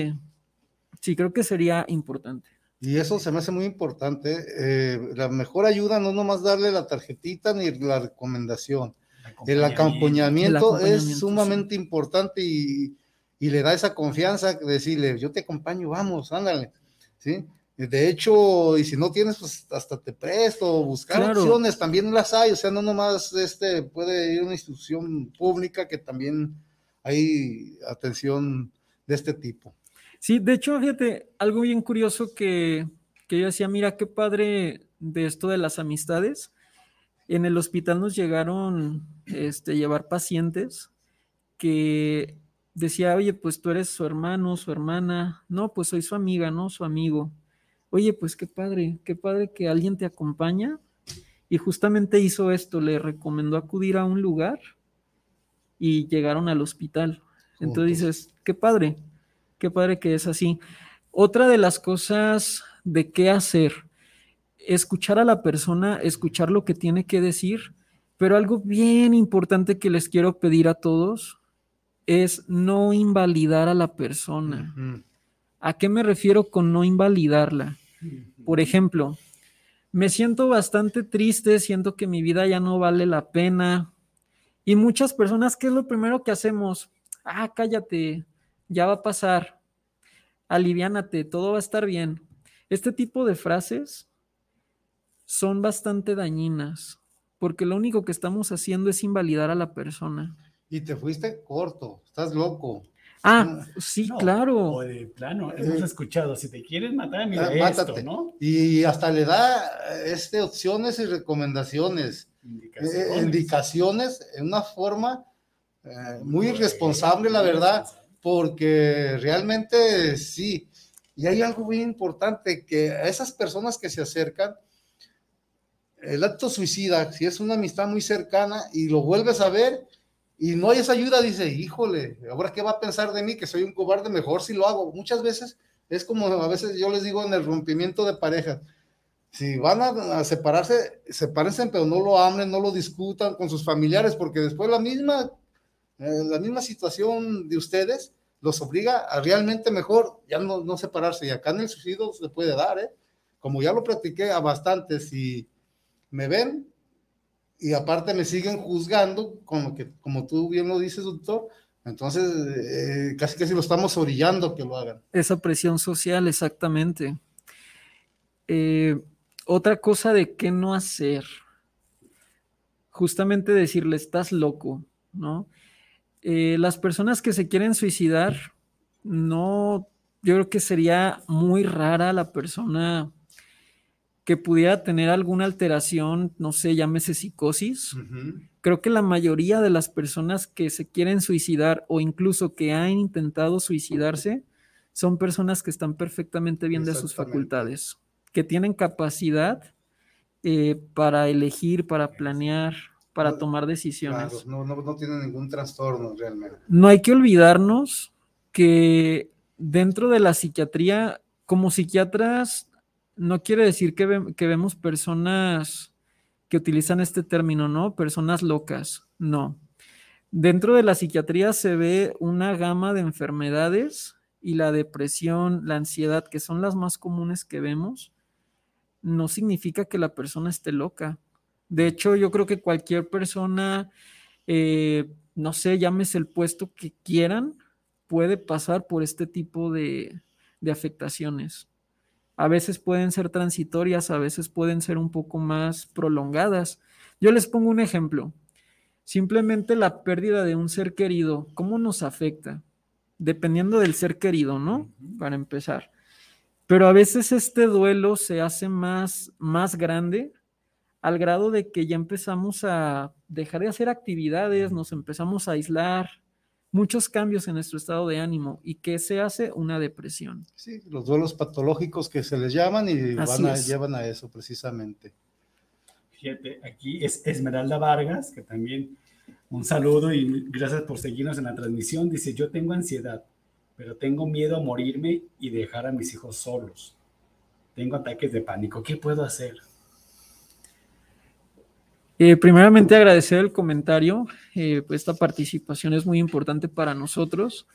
que sería importante. Y eso se me hace muy importante. La mejor ayuda no nomás darle la tarjetita ni la recomendación. El acompañamiento es sumamente importante y le da esa confianza de decirle, yo te acompaño, vamos, ándale, ¿sí? De hecho, y si no tienes, pues hasta te presto, buscar opciones, también las hay, o sea, no nomás puede ir a una institución pública que también hay atención de este tipo. Sí, de hecho, fíjate, algo bien curioso que yo decía, mira, qué padre de esto de las amistades. En el hospital nos llegaron llevar pacientes que decía, oye, pues tú eres su hermano, su hermana. No, pues soy su amiga, ¿no? Su amigo. Oye, pues qué padre que alguien te acompaña. Y justamente hizo esto, le recomendó acudir a un lugar y llegaron al hospital. Entonces dices, qué padre que es así. Otra de las cosas de qué hacer, escuchar a la persona, escuchar lo que tiene que decir, pero algo bien importante que les quiero pedir a todos es no invalidar a la persona. Uh-huh. ¿A qué me refiero con no invalidarla? Por ejemplo, me siento bastante triste, siento que mi vida ya no vale la pena. Y muchas personas, ¿qué es lo primero que hacemos? Cállate, ya va a pasar, aliviánate, todo va a estar bien. Este tipo de frases son bastante dañinas, porque lo único que estamos haciendo es invalidar a la persona. Y te fuiste corto, estás loco. Sí, no, claro. O de plano, hemos escuchado, si te quieres matar, mira esto, ¿no? Y hasta le da opciones y recomendaciones, indicaciones en una forma muy irresponsable, la verdad, porque realmente sí. Y hay algo muy importante, que a esas personas que se acercan, el acto suicida, si es una amistad muy cercana y lo vuelves a ver y no hay esa ayuda, dice, híjole, ¿ahora qué va a pensar de mí? Que soy un cobarde, mejor si lo hago. Muchas veces es como a veces yo les digo en el rompimiento de parejas, si van a separarse, sepárense, pero no lo amen, no lo discutan con sus familiares, porque después la misma situación de ustedes los obliga a realmente mejor ya no separarse. Y acá en el suicidio se puede dar, como ya lo platiqué a bastantes, y me ven y aparte me siguen juzgando, como tú bien lo dices, doctor, entonces casi lo estamos orillando que lo hagan. Esa presión social, exactamente. Otra cosa de qué no hacer, justamente decirle, estás loco, ¿no? Las personas que se quieren suicidar, yo creo que sería muy rara la persona que pudiera tener alguna alteración, no sé, llámese psicosis. Uh-huh. Creo que la mayoría de las personas que se quieren suicidar o incluso que han intentado suicidarse son personas que están perfectamente bien de sus facultades, que tienen capacidad para elegir, para planear, para tomar decisiones. Claro, no tienen ningún trastorno realmente. No hay que olvidarnos que dentro de la psiquiatría, como psiquiatras, no quiere decir que vemos personas que utilizan este término, ¿no? Personas locas, no. Dentro de la psiquiatría se ve una gama de enfermedades y la depresión, la ansiedad, que son las más comunes que vemos, no significa que la persona esté loca. De hecho, yo creo que cualquier persona, no sé, llámese el puesto que quieran, puede pasar por este tipo de afectaciones. A veces pueden ser transitorias, a veces pueden ser un poco más prolongadas. Yo les pongo un ejemplo. Simplemente la pérdida de un ser querido, ¿cómo nos afecta? Dependiendo del ser querido, ¿no? Para empezar. Pero a veces este duelo se hace más grande al grado de que ya empezamos a dejar de hacer actividades, nos empezamos a aislar, muchos cambios en nuestro estado de ánimo. ¿Y qué se hace? Una depresión. Sí, los duelos patológicos que se les llaman y llevan a eso precisamente. Fíjate, aquí es Esmeralda Vargas, que también un saludo y gracias por seguirnos en la transmisión. Dice, yo tengo ansiedad, pero tengo miedo a morirme y dejar a mis hijos solos. Tengo ataques de pánico. ¿Qué puedo hacer? Primeramente agradecer el comentario. Esta participación es muy importante para nosotros.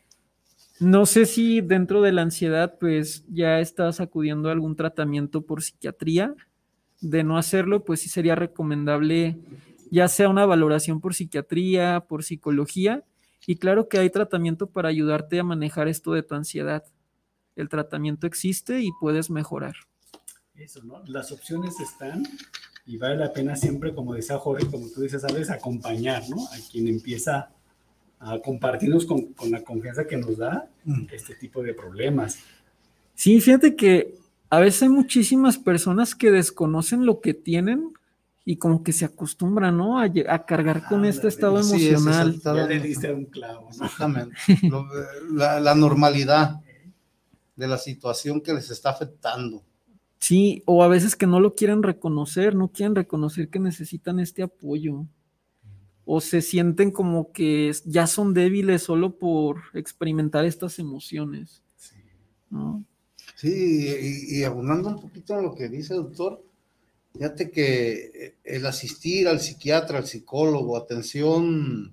No sé si dentro de la ansiedad pues ya estás acudiendo a algún tratamiento por psiquiatría. De no hacerlo, pues sí sería recomendable ya sea una valoración por psiquiatría, por psicología, y claro que hay tratamiento para ayudarte a manejar esto de tu ansiedad. El tratamiento existe y puedes mejorar. Eso, ¿no? Las opciones están y vale la pena siempre, como decía Jorge, como tú dices, sabes, acompañar, ¿no? A quien empieza a compartirnos con la confianza que nos da este tipo de problemas. Sí, fíjate que a veces hay muchísimas personas que desconocen lo que tienen y como que se acostumbran, ¿no? A cargar con este estado emocional. Ya le diste un clavo, ¿no? Exactamente. La normalidad de la situación que les está afectando. Sí, o a veces que no lo quieren reconocer, no quieren reconocer que necesitan este apoyo. O se sienten como que ya son débiles solo por experimentar estas emociones, ¿no? Sí, y abundando un poquito en lo que dice el doctor, fíjate que el asistir al psiquiatra, al psicólogo, atención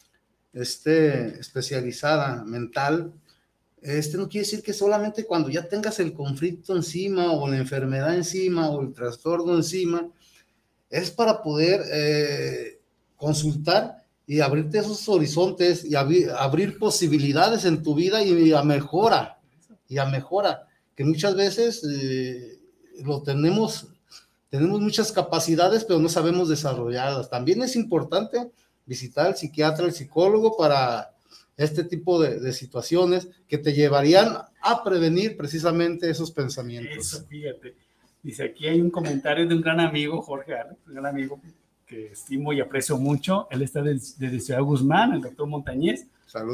especializada mental, no quiere decir que solamente cuando ya tengas el conflicto encima o la enfermedad encima o el trastorno encima, es para poder consultar y abrirte esos horizontes y abrir posibilidades en tu vida y a mejora, que muchas veces tenemos muchas capacidades, pero no sabemos desarrollarlas. También es importante visitar al psiquiatra, al psicólogo para este tipo de situaciones que te llevarían a prevenir precisamente esos pensamientos. Eso, fíjate. Dice, aquí hay un comentario de un gran amigo, Jorge Alex, un gran amigo que estimo y aprecio mucho. Él está desde Ciudad Guzmán, el doctor Montañez.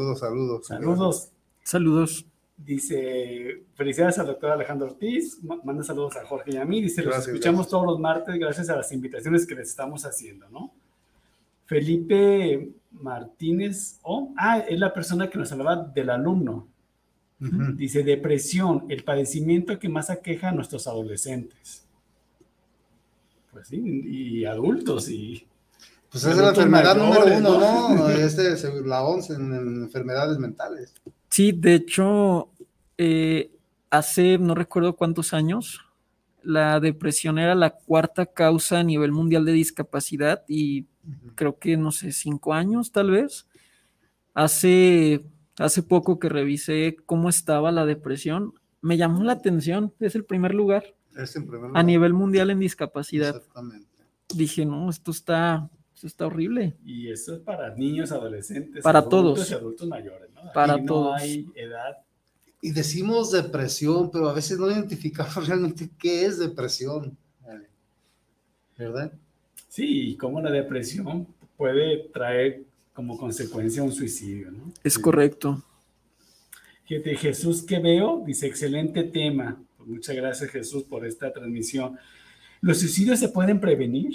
Saludos. Dice, felicidades al doctor Alejandro Ortiz, manda saludos a Jorge y a mí. Dice, los escuchamos todos los martes gracias a las invitaciones que les estamos haciendo, ¿no? Felipe Martínez, es la persona que nos hablaba del alumno. Uh-huh. Dice, depresión, el padecimiento que más aqueja a nuestros adolescentes. Pues sí, y adultos y... Pues es la enfermedad mayores, número 1, ¿no? La 11 en enfermedades mentales. Sí, de hecho, hace no recuerdo cuántos años, la depresión era la 4ª causa a nivel mundial de discapacidad y creo que, no sé, 5 años tal vez. Hace poco que revisé cómo estaba la depresión, me llamó la atención, es el primer lugar. A nivel mundial en discapacidad. Exactamente. Dije, no, esto está horrible. Y eso es para niños, adolescentes, para adultos todos. Y adultos mayores, ¿no? Para aquí todos. No hay edad. Y decimos depresión, pero a veces no identificamos realmente qué es depresión, ¿verdad? Sí, y cómo la depresión puede traer como consecuencia un suicidio, ¿no? Es correcto. Fíjate, Jesús que veo, dice, excelente tema. Pues muchas gracias, Jesús, por esta transmisión. ¿Los suicidios se pueden prevenir?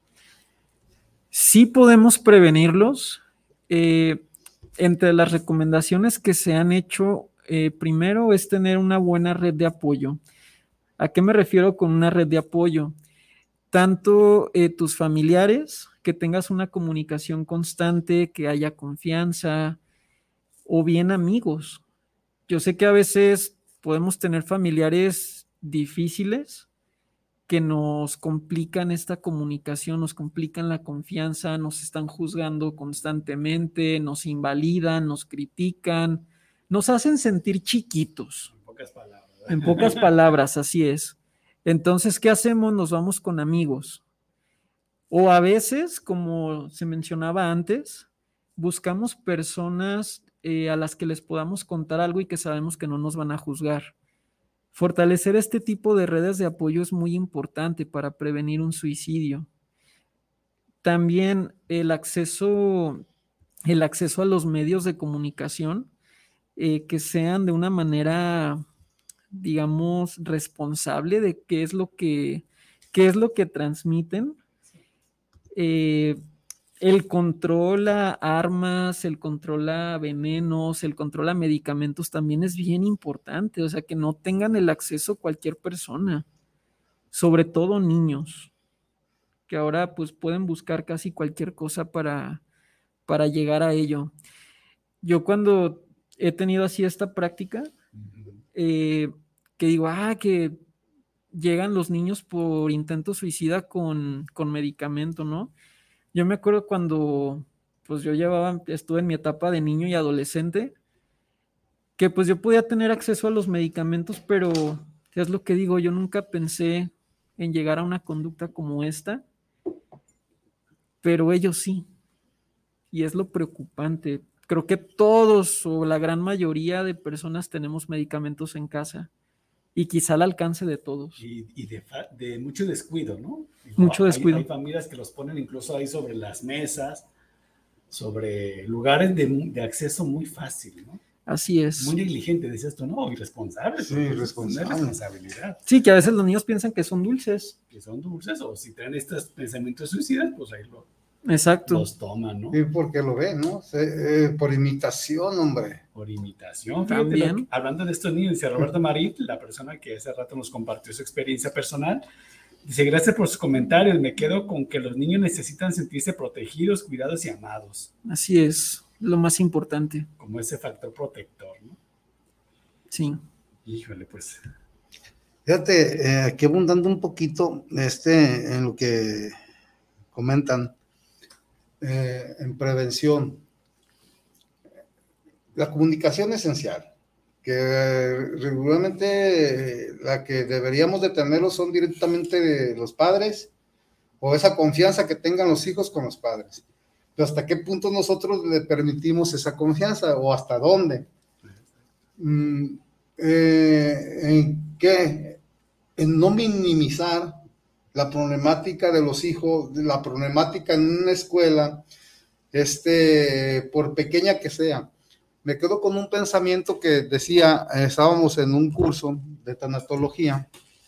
Sí podemos prevenirlos. Entre las recomendaciones que se han hecho, primero es tener una buena red de apoyo. ¿A qué me refiero con una red de apoyo? Tanto tus familiares, que tengas una comunicación constante, que haya confianza, o bien amigos. Yo sé que a veces podemos tener familiares difíciles que nos complican esta comunicación, nos complican la confianza, nos están juzgando constantemente, nos invalidan, nos critican, nos hacen sentir chiquitos. En pocas palabras. En pocas palabras, así es. Entonces, ¿qué hacemos? Nos vamos con amigos. O a veces, como se mencionaba antes, buscamos personas a las que les podamos contar algo y que sabemos que no nos van a juzgar. Fortalecer este tipo de redes de apoyo es muy importante para prevenir un suicidio. También el acceso a los medios de comunicación que sean de una manera, digamos, responsable de qué es lo que transmiten. El control a armas, el control a venenos, el control a medicamentos también es bien importante, o sea, que no tengan el acceso cualquier persona, sobre todo niños, que ahora pues pueden buscar casi cualquier cosa para llegar a ello. Yo cuando he tenido así esta práctica, que digo, que llegan los niños por intento suicida con medicamento, ¿no? Yo me acuerdo cuando pues estuve en mi etapa de niño y adolescente, que pues yo podía tener acceso a los medicamentos, pero es lo que digo, yo nunca pensé en llegar a una conducta como esta, pero ellos sí, y es lo preocupante. Creo que todos o la gran mayoría de personas tenemos medicamentos en casa. Y quizá al alcance de todos. Y de mucho descuido, ¿no? Mucho descuido. Hay familias que los ponen incluso ahí sobre las mesas, sobre lugares de acceso muy fácil, ¿no? Así es. Muy negligente, decías tú, ¿no? Irresponsable. Sí, irresponsable. Responsabilidad. Sí, que a veces los niños piensan que son dulces. Que son dulces, o si traen estos pensamientos suicidas, pues ahí Exacto. los toman, ¿no? Sí, porque lo ven, ¿no? Por imitación, hombre. Por imitación. También. Hablando de estos niños, dice Roberto Marit, la persona que hace rato nos compartió su experiencia personal, dice, gracias por sus comentarios, me quedo con que los niños necesitan sentirse protegidos, cuidados y amados. Así es, lo más importante. Como ese factor protector, ¿no? Sí. Híjole, pues. Fíjate, aquí abundando un poquito en lo que comentan, en prevención. La comunicación esencial, que regularmente la que deberíamos de tenerlo son directamente de los padres, o esa confianza que tengan los hijos con los padres. Pero ¿hasta qué punto nosotros le permitimos esa confianza, o hasta dónde? ¿En qué? En no minimizar la problemática de los hijos, la problemática en una escuela, por pequeña que sea. Me quedo con un pensamiento que decía, estábamos en un curso de tanatología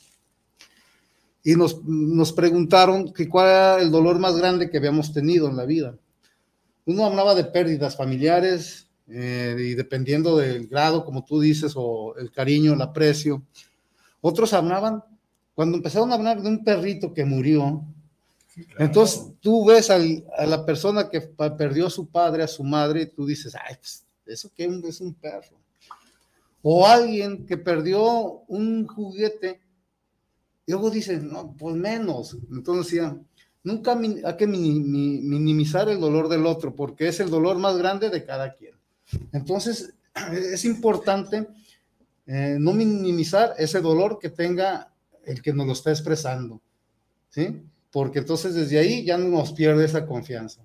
y nos preguntaron que cuál era el dolor más grande que habíamos tenido en la vida. Uno hablaba de pérdidas familiares, y dependiendo del grado, como tú dices, o el cariño, el aprecio. Otros hablaban, cuando empezaron a hablar de un perrito que murió, sí, claro. Entonces tú ves a la persona que perdió a su padre, a su madre, y tú dices, pues, ¿eso qué es un perro? O alguien que perdió un juguete, y luego dices, no, pues menos. Entonces decían, nunca hay que minimizar el dolor del otro, porque es el dolor más grande de cada quien. Entonces, es importante no minimizar ese dolor que tenga el que nos lo está expresando, ¿sí? Porque entonces desde ahí ya no nos pierde esa confianza.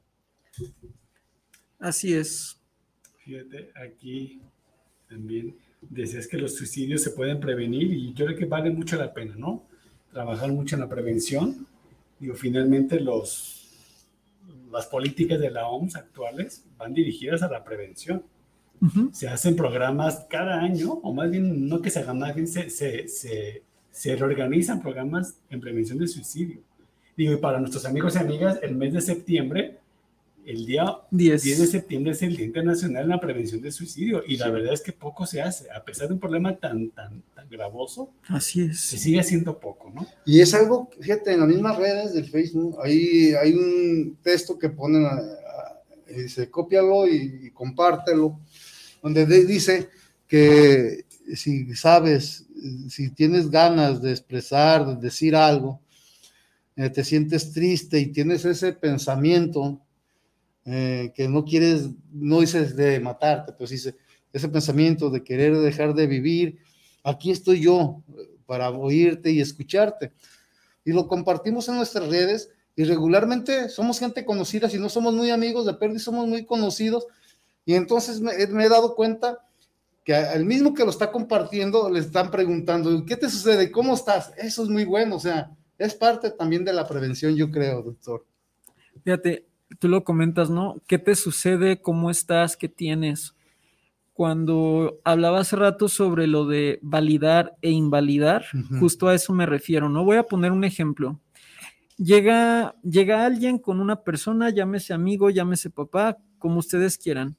Así es. Fíjate, aquí también decías que los suicidios se pueden prevenir y yo creo que vale mucho la pena, ¿no? Trabajar mucho en la prevención. Digo, finalmente las políticas de la OMS actuales van dirigidas a la prevención. Uh-huh. Se hacen programas cada año, o más bien no que se hagan, más bien se reorganizan programas en prevención del suicidio. Digo, y para nuestros amigos y amigas, el mes de septiembre El día 10 de septiembre es el Día Internacional en la Prevención del Suicidio y la verdad es que poco se hace, a pesar de un problema tan gravoso. Así es. Se sigue haciendo poco, ¿no? Y es algo, fíjate, en las mismas redes del Facebook, ahí hay un texto que ponen, dice, cópialo y compártelo, donde dice que si sabes, si tienes ganas de expresar, de decir algo, te sientes triste y tienes ese pensamiento, que no quieres, no dices de matarte, pues dice, ese pensamiento de querer dejar de vivir, aquí estoy yo para oírte y escucharte, y lo compartimos en nuestras redes, y regularmente somos gente conocida, si no somos muy amigos, de perdiz somos muy conocidos, y entonces me he dado cuenta que al mismo que lo está compartiendo, le están preguntando, ¿qué te sucede? ¿Cómo estás? Eso es muy bueno, o sea, es parte también de la prevención, yo creo, doctor. Fíjate, tú lo comentas, ¿no? ¿Qué te sucede? ¿Cómo estás? ¿Qué tienes? Cuando hablaba hace rato sobre lo de validar e invalidar, justo a eso me refiero, ¿no? Voy a poner un ejemplo. Llega alguien con una persona, llámese amigo, llámese papá, como ustedes quieran,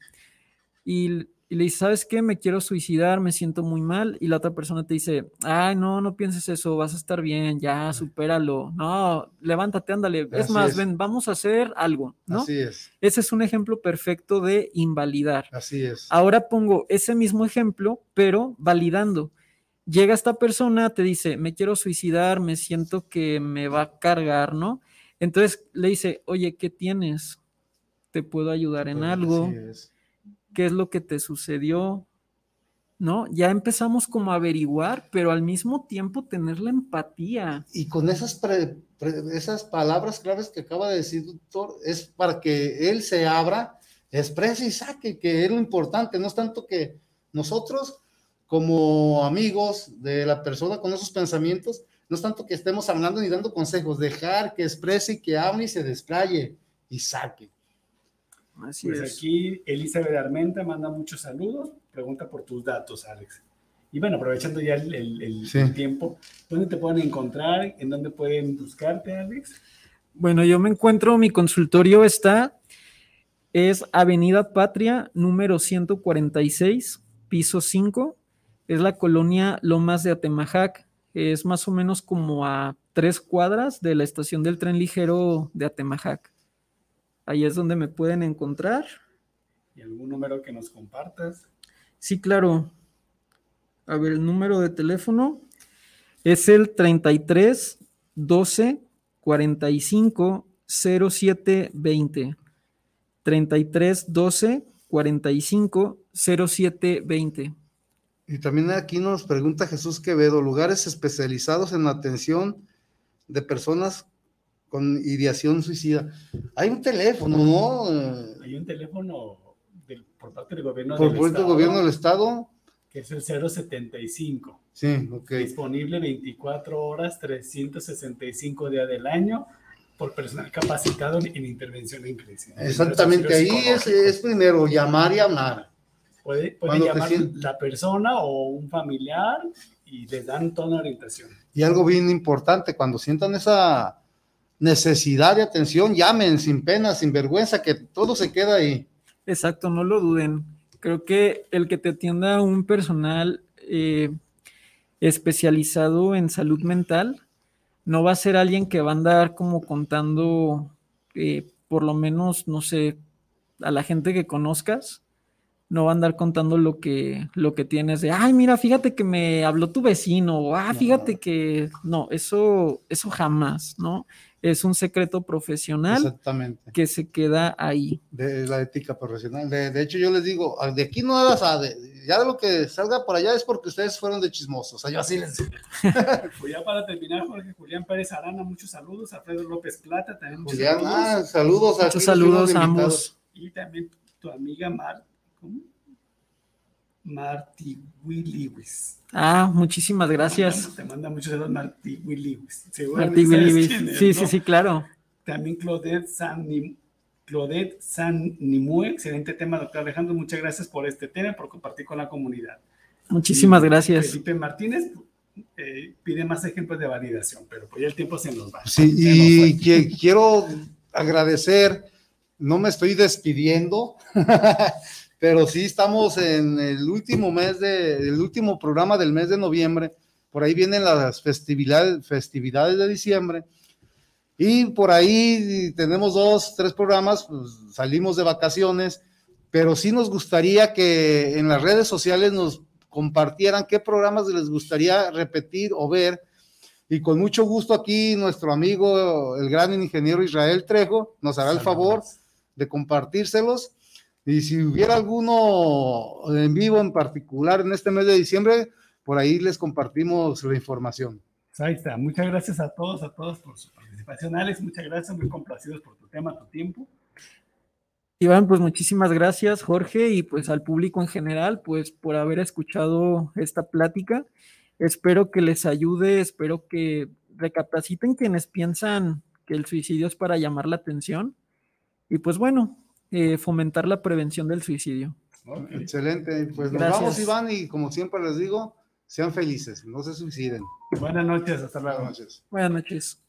y le dice, ¿sabes qué? Me quiero suicidar, me siento muy mal, y la otra persona te dice, ay, no pienses eso, vas a estar bien, ya, supéralo, no, levántate, ándale, es más, ven, vamos a hacer algo, ¿no? Así es. Ese es un ejemplo perfecto de invalidar. Así es. Ahora pongo ese mismo ejemplo, pero validando. Llega esta persona, te dice, me quiero suicidar, me siento que me va a cargar, ¿no? Entonces le dice, oye, ¿qué tienes? ¿Te puedo ayudar en algo? Así es. ¿Qué es lo que te sucedió? ¿No? Ya empezamos como a averiguar, pero al mismo tiempo tener la empatía. Y con esas palabras claves que acaba de decir, doctor, es para que él se abra, exprese y saque, que es lo importante, no es tanto que nosotros, como amigos de la persona con esos pensamientos, no es tanto que estemos hablando ni dando consejos, dejar que exprese y que hable y se desplaye y saque. Así pues es. Aquí Elizabeth Armenta manda muchos saludos, pregunta por tus datos, Alex. Y bueno, aprovechando ya el tiempo, ¿dónde te pueden encontrar? ¿En dónde pueden buscarte, Alex? Bueno, yo me encuentro, mi consultorio es Avenida Patria, número 146, piso 5, es la colonia Lomas de Atemajac, es más o menos como a 3 cuadras de la estación del tren ligero de Atemajac. Ahí es donde me pueden encontrar. ¿Y algún número que nos compartas? Sí, claro. A ver, el número de teléfono es el 33 12 45 07 20. 33 12 45 07 20. Y también aquí nos pregunta Jesús Quevedo, lugares especializados en la atención de personas con ideación suicida. Hay un teléfono, ¿no? Hay un teléfono por parte del gobierno del gobierno del estado, que es el 075. Sí, ok. Disponible 24 horas, 365 días del año, por personal capacitado en intervención en crisis. Exactamente, ahí es primero llamar y hablar. Puede llamar la persona o un familiar y les dan toda la orientación. Y algo bien importante, cuando sientan esa necesidad de atención, llamen sin pena, sin vergüenza, que todo se queda ahí. Exacto, no lo duden. Creo que el que te atienda un personal especializado en salud mental no va a ser alguien que va a andar como contando, por lo menos, no sé, a la gente que conozcas, no va a andar contando lo que tienes de, ay, mira, fíjate que me habló tu vecino, o fíjate que, no, eso jamás, ¿no? Es un secreto profesional que se queda ahí. De la ética profesional. De hecho, yo les digo, de aquí no nada sabe, ya de lo que salga por allá es porque ustedes fueron de chismosos. O sea, yo así les digo. Pues ya para terminar, Jorge, Julián Pérez Arana, muchos saludos. Alfredo López Plata, también muchos Julián, saludos. Muchos saludos a ambos. Y también tu amiga Marty Williwis. Muchísimas gracias. Te manda muchos saludos, Marty Williwis. Marty Williwis. Sí, claro. También Claudette San Nimue, excelente tema, doctor Alejandro. Muchas gracias por este tema, por compartir con la comunidad. Muchísimas gracias. Felipe Martínez pide más ejemplos de validación, pero pues ya el tiempo se nos va. Sí, y quiero agradecer no me estoy despidiendo, pero sí estamos en el último programa del mes de noviembre. Por ahí vienen las festividades de diciembre. Y por ahí tenemos 2, 3 programas, pues salimos de vacaciones, pero sí nos gustaría que en las redes sociales nos compartieran qué programas les gustaría repetir o ver, y con mucho gusto aquí nuestro amigo, el gran ingeniero Israel Trejo, nos hará el favor de compartírselos, y si hubiera alguno en vivo en particular en este mes de diciembre, por ahí les compartimos la información. Ahí está. Muchas gracias a todos por su participación. Alex, muchas gracias, muy complacidos por tu tema, tu tiempo. Iván, pues muchísimas gracias, Jorge, y pues al público en general, pues por haber escuchado esta plática. Espero que les ayude, espero que recapaciten quienes piensan que el suicidio es para llamar la atención y pues bueno, fomentar la prevención del suicidio. Okay. Excelente, pues nos vamos, Iván, y como siempre les digo, sean felices, no se suiciden. Buenas noches, hasta luego. Buenas noches. Buenas noches.